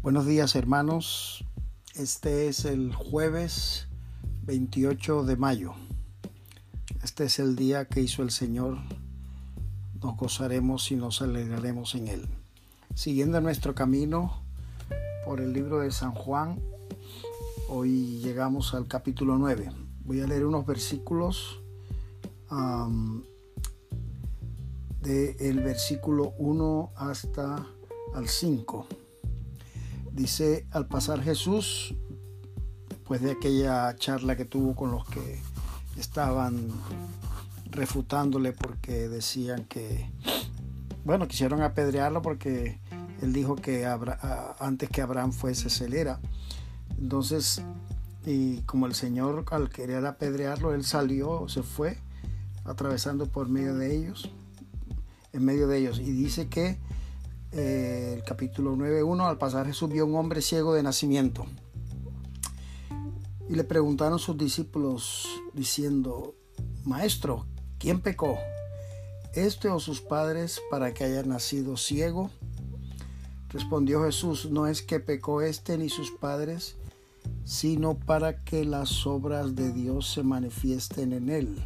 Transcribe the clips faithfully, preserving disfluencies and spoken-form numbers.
Buenos días, hermanos. Este es el jueves veintiocho de mayo. Este es el día que hizo el Señor. Nos gozaremos y nos alegraremos en Él. Siguiendo nuestro camino por el libro de San Juan, hoy llegamos al capítulo nueve. Voy a leer unos versículos um, del versículo uno hasta al cinco. Dice: al pasar Jesús, después de aquella charla que tuvo con los que estaban refutándole porque decían que, bueno, quisieron apedrearlo porque él dijo que Abra, antes que Abraham fuese él era. Entonces, y como el Señor al querer apedrearlo, él salió, se fue, atravesando por medio de ellos, en medio de ellos, y dice que Eh, el capítulo nueve uno, al pasar Jesús vio un hombre ciego de nacimiento y le preguntaron sus discípulos diciendo: Maestro, ¿quién pecó, este o sus padres, para que haya nacido ciego? Respondió Jesús: no es que pecó este ni sus padres, sino para que las obras de Dios se manifiesten en él.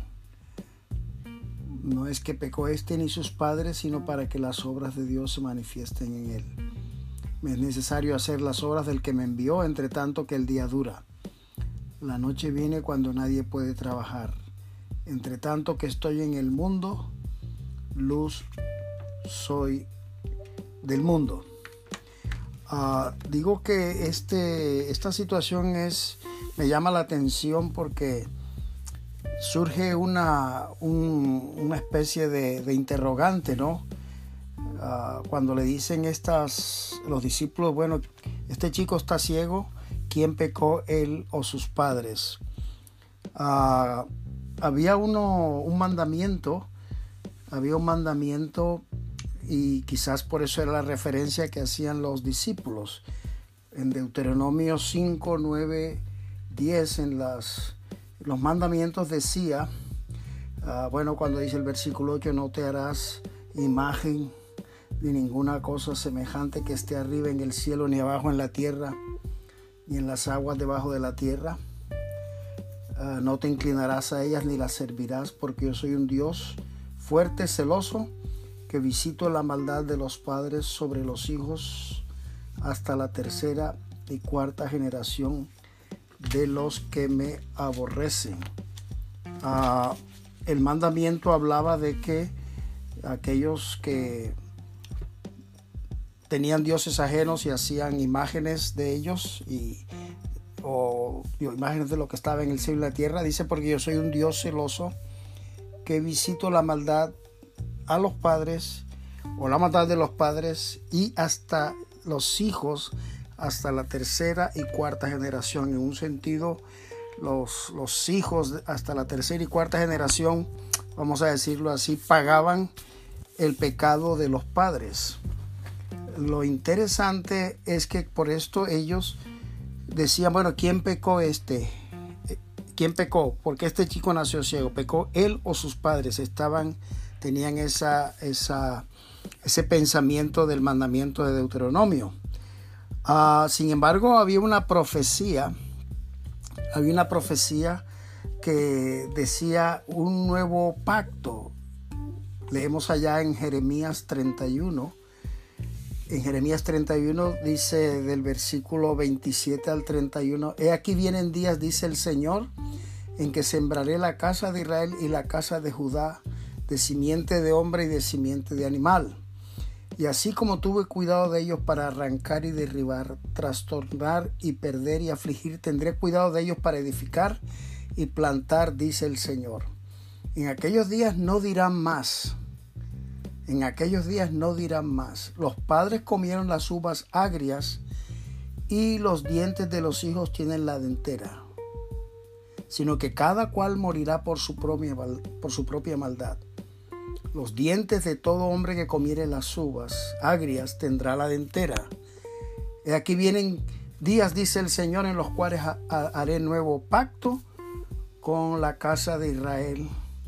No es que pecó este ni sus padres, sino para que las obras de Dios se manifiesten en él. Me es necesario hacer las obras del que me envió, entre tanto que el día dura. La noche viene cuando nadie puede trabajar. Entre tanto que estoy en el mundo, luz soy del mundo. Uh, digo que este, esta situación es, me llama la atención porque surge una, un, una especie de, de interrogante, ¿no? Uh, cuando le dicen estas, los discípulos, bueno, este chico está ciego, ¿quién pecó, él o sus padres? Uh, había uno, un mandamiento, había un mandamiento y quizás por eso era la referencia que hacían los discípulos. En Deuteronomio cinco, nueve, diez, en las... los mandamientos decía, uh, bueno, cuando dice el versículo ocho, no te harás imagen ni ninguna cosa semejante que esté arriba en el cielo, ni abajo en la tierra, ni en las aguas debajo de la tierra. Uh, no te inclinarás a ellas ni las servirás, porque yo soy un Dios fuerte, celoso, que visito la maldad de los padres sobre los hijos hasta la tercera y cuarta generación de los que me aborrecen. Uh, el mandamiento hablaba de que aquellos que tenían dioses ajenos y hacían imágenes de ellos y, o, o imágenes de lo que estaba en el cielo y la tierra, dice: porque yo soy un Dios celoso que visito la maldad a los padres o la maldad de los padres y hasta los hijos hasta la tercera y cuarta generación. En un sentido, los, los hijos hasta la tercera y cuarta generación, vamos a decirlo así, pagaban el pecado de los padres. Lo interesante es que por esto ellos decían: bueno, ¿quién pecó este? ¿Quién pecó? Porque este chico nació ciego. ¿Pecó él o sus padres? Estaban, tenían esa, esa, ese pensamiento del mandamiento de Deuteronomio. Uh, sin embargo, había una profecía, había una profecía que decía un nuevo pacto. Leemos allá en Jeremías treinta y uno. En Jeremías treinta y uno dice del versículo veintisiete al treinta y uno: He aquí vienen días, dice el Señor, en que sembraré la casa de Israel y la casa de Judá de simiente de hombre y de simiente de animal. Y así como tuve cuidado de ellos para arrancar y derribar, trastornar y perder y afligir, tendré cuidado de ellos para edificar y plantar, dice el Señor. En aquellos días no dirán más. En aquellos días no dirán más. Los padres comieron las uvas agrias y los dientes de los hijos tienen la dentera, sino que cada cual morirá por su propia, por su propia maldad. Los dientes de todo hombre que comiere las uvas agrias tendrá la dentera. He aquí vienen días, dice el Señor, en los cuales haré nuevo pacto con la casa de Israel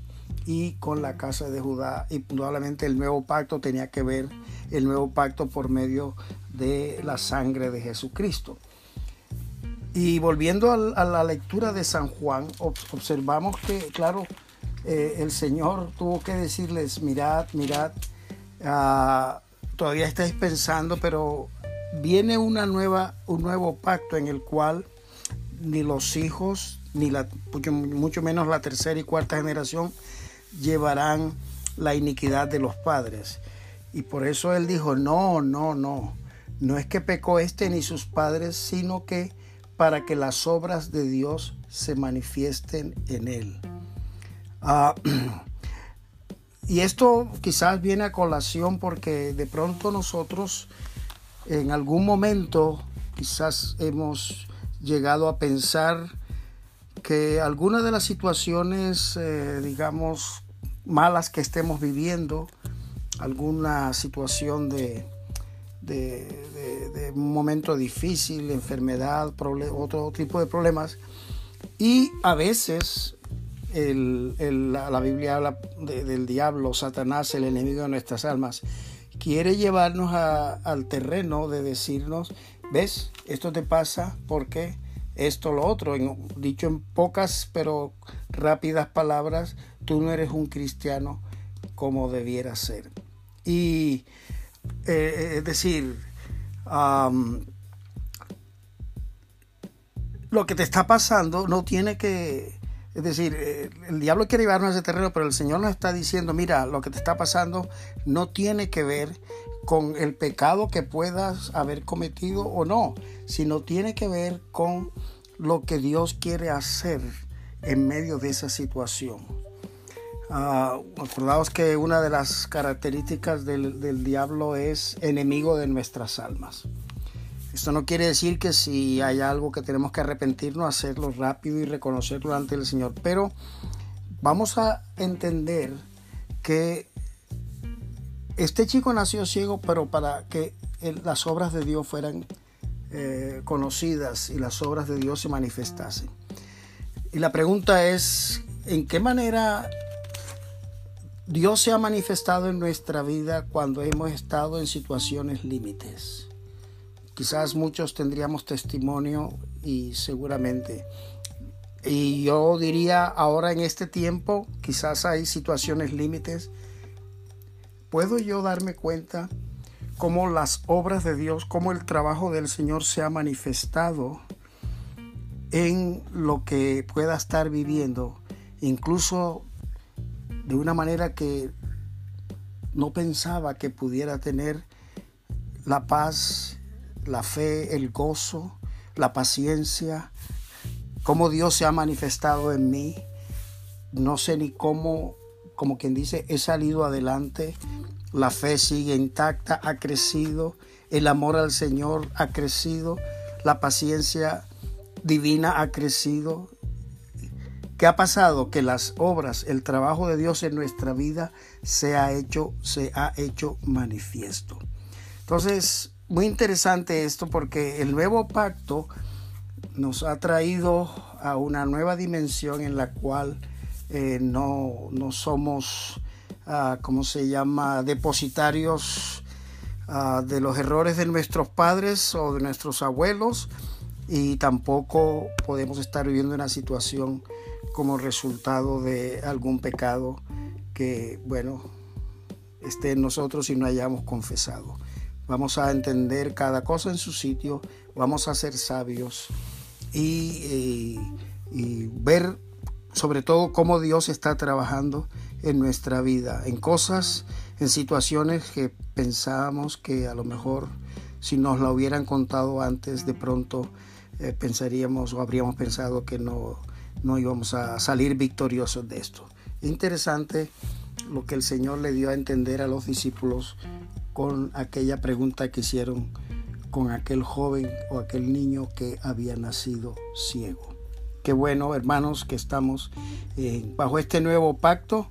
y con la casa de Judá. Y probablemente el nuevo pacto tenía que ver el nuevo pacto por medio de la sangre de Jesucristo. Y volviendo a la lectura de San Juan, observamos que, claro, eh, el Señor tuvo que decirles, mirad, mirad, uh, todavía estáis pensando, pero viene una nueva, un nuevo pacto en el cual ni los hijos, ni la, mucho menos la tercera y cuarta generación, llevarán la iniquidad de los padres. Y por eso Él dijo, no, no, no, no es que pecó este ni sus padres, sino que para que las obras de Dios se manifiesten en él. Uh, y esto quizás viene a colación porque de pronto nosotros en algún momento quizás hemos llegado a pensar que algunas de las situaciones, eh, digamos, malas que estemos viviendo, alguna situación de De, de, de un momento difícil, enfermedad, problem, otro tipo de problemas. Y a veces el, el, la, la Biblia habla de, del diablo, Satanás, el enemigo de nuestras almas, quiere llevarnos a, al terreno de decirnos, ves, esto te pasa porque esto, lo otro. En, dicho en pocas pero rápidas palabras, tú no eres un cristiano como debieras ser. Y Eh, es decir, um, lo que te está pasando no tiene que, es decir, eh, el diablo quiere llevarnos a ese terreno, pero el Señor nos está diciendo, mira, lo que te está pasando no tiene que ver con el pecado que puedas haber cometido o no, sino tiene que ver con lo que Dios quiere hacer en medio de esa situación. Uh, acordaos que una de las características del, del diablo es enemigo de nuestras almas. Esto no quiere decir que si hay algo que tenemos que arrepentirnos, hacerlo rápido y reconocerlo ante el Señor, pero vamos a entender que este chico nació ciego, pero para que el, las obras de Dios fueran eh, conocidas y las obras de Dios se manifestasen. Y la pregunta es, ¿en qué manera Dios se ha manifestado en nuestra vida cuando hemos estado en situaciones límites? Quizás muchos tendríamos testimonio y seguramente. Y yo diría ahora en este tiempo, quizás hay situaciones límites. ¿Puedo yo darme cuenta cómo las obras de Dios, cómo el trabajo del Señor se ha manifestado en lo que pueda estar viviendo, incluso de una manera que no pensaba que pudiera tener la paz, la fe, el gozo, la paciencia, cómo Dios se ha manifestado en mí? No sé ni cómo, como quien dice, he salido adelante, la fe sigue intacta, ha crecido, el amor al Señor ha crecido, la paciencia divina ha crecido. ¿Qué ha pasado? Que las obras, el trabajo de Dios en nuestra vida se ha hecho, se ha hecho manifiesto. Entonces, muy interesante esto porque el nuevo pacto nos ha traído a una nueva dimensión en la cual eh, no, no somos, uh, ¿cómo se llama?, depositarios uh, de los errores de nuestros padres o de nuestros abuelos, y tampoco podemos estar viviendo una situación como resultado de algún pecado que, bueno, esté en nosotros y no hayamos confesado. Vamos a entender cada cosa en su sitio, vamos a ser sabios y, y, y ver sobre todo cómo Dios está trabajando en nuestra vida, en cosas, en situaciones que pensábamos que a lo mejor si nos la hubieran contado antes, de pronto eh, pensaríamos o habríamos pensado que no, no íbamos a salir victoriosos de esto. Es interesante lo que el Señor le dio a entender a los discípulos con aquella pregunta que hicieron con aquel joven o aquel niño que había nacido ciego. Qué bueno, hermanos, que estamos eh, bajo este nuevo pacto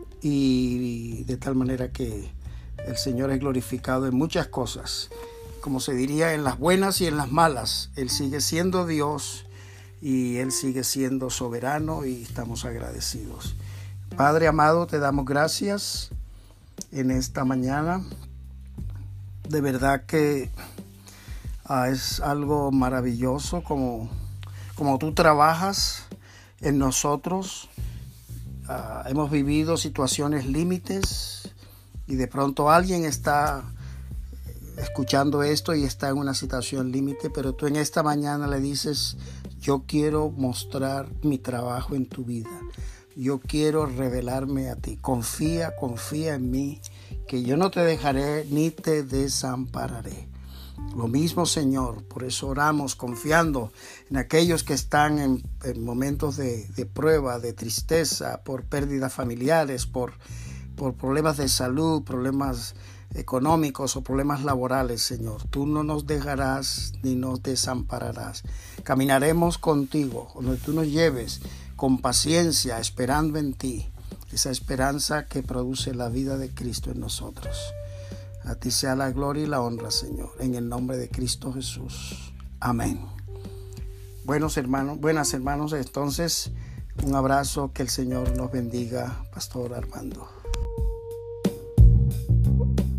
y de tal manera que el Señor es glorificado en muchas cosas. Como se diría, en las buenas y en las malas. Él sigue siendo Dios y Él sigue siendo soberano y estamos agradecidos. Padre amado, te damos gracias en esta mañana. De verdad que uh, es algo maravilloso como, como tú trabajas en nosotros. Uh, hemos vivido situaciones límites y de pronto alguien está escuchando esto y está en una situación límite, pero tú en esta mañana le dices: yo quiero mostrar mi trabajo en tu vida. Yo quiero revelarme a ti. Confía, confía en mí, que yo no te dejaré ni te desampararé. Lo mismo, Señor, por eso oramos confiando en aquellos que están en, en momentos de, de prueba, de tristeza, por pérdidas familiares, por, por problemas de salud, problemas económicos o problemas laborales, Señor. Tú no nos dejarás ni nos desampararás. Caminaremos contigo, donde tú nos lleves, con paciencia, esperando en ti, esa esperanza que produce la vida de Cristo en nosotros. A ti sea la gloria y la honra, Señor, en el nombre de Cristo Jesús. Amén. Buenos hermanos, buenas hermanos, entonces un abrazo, que el Señor nos bendiga, Pastor Armando.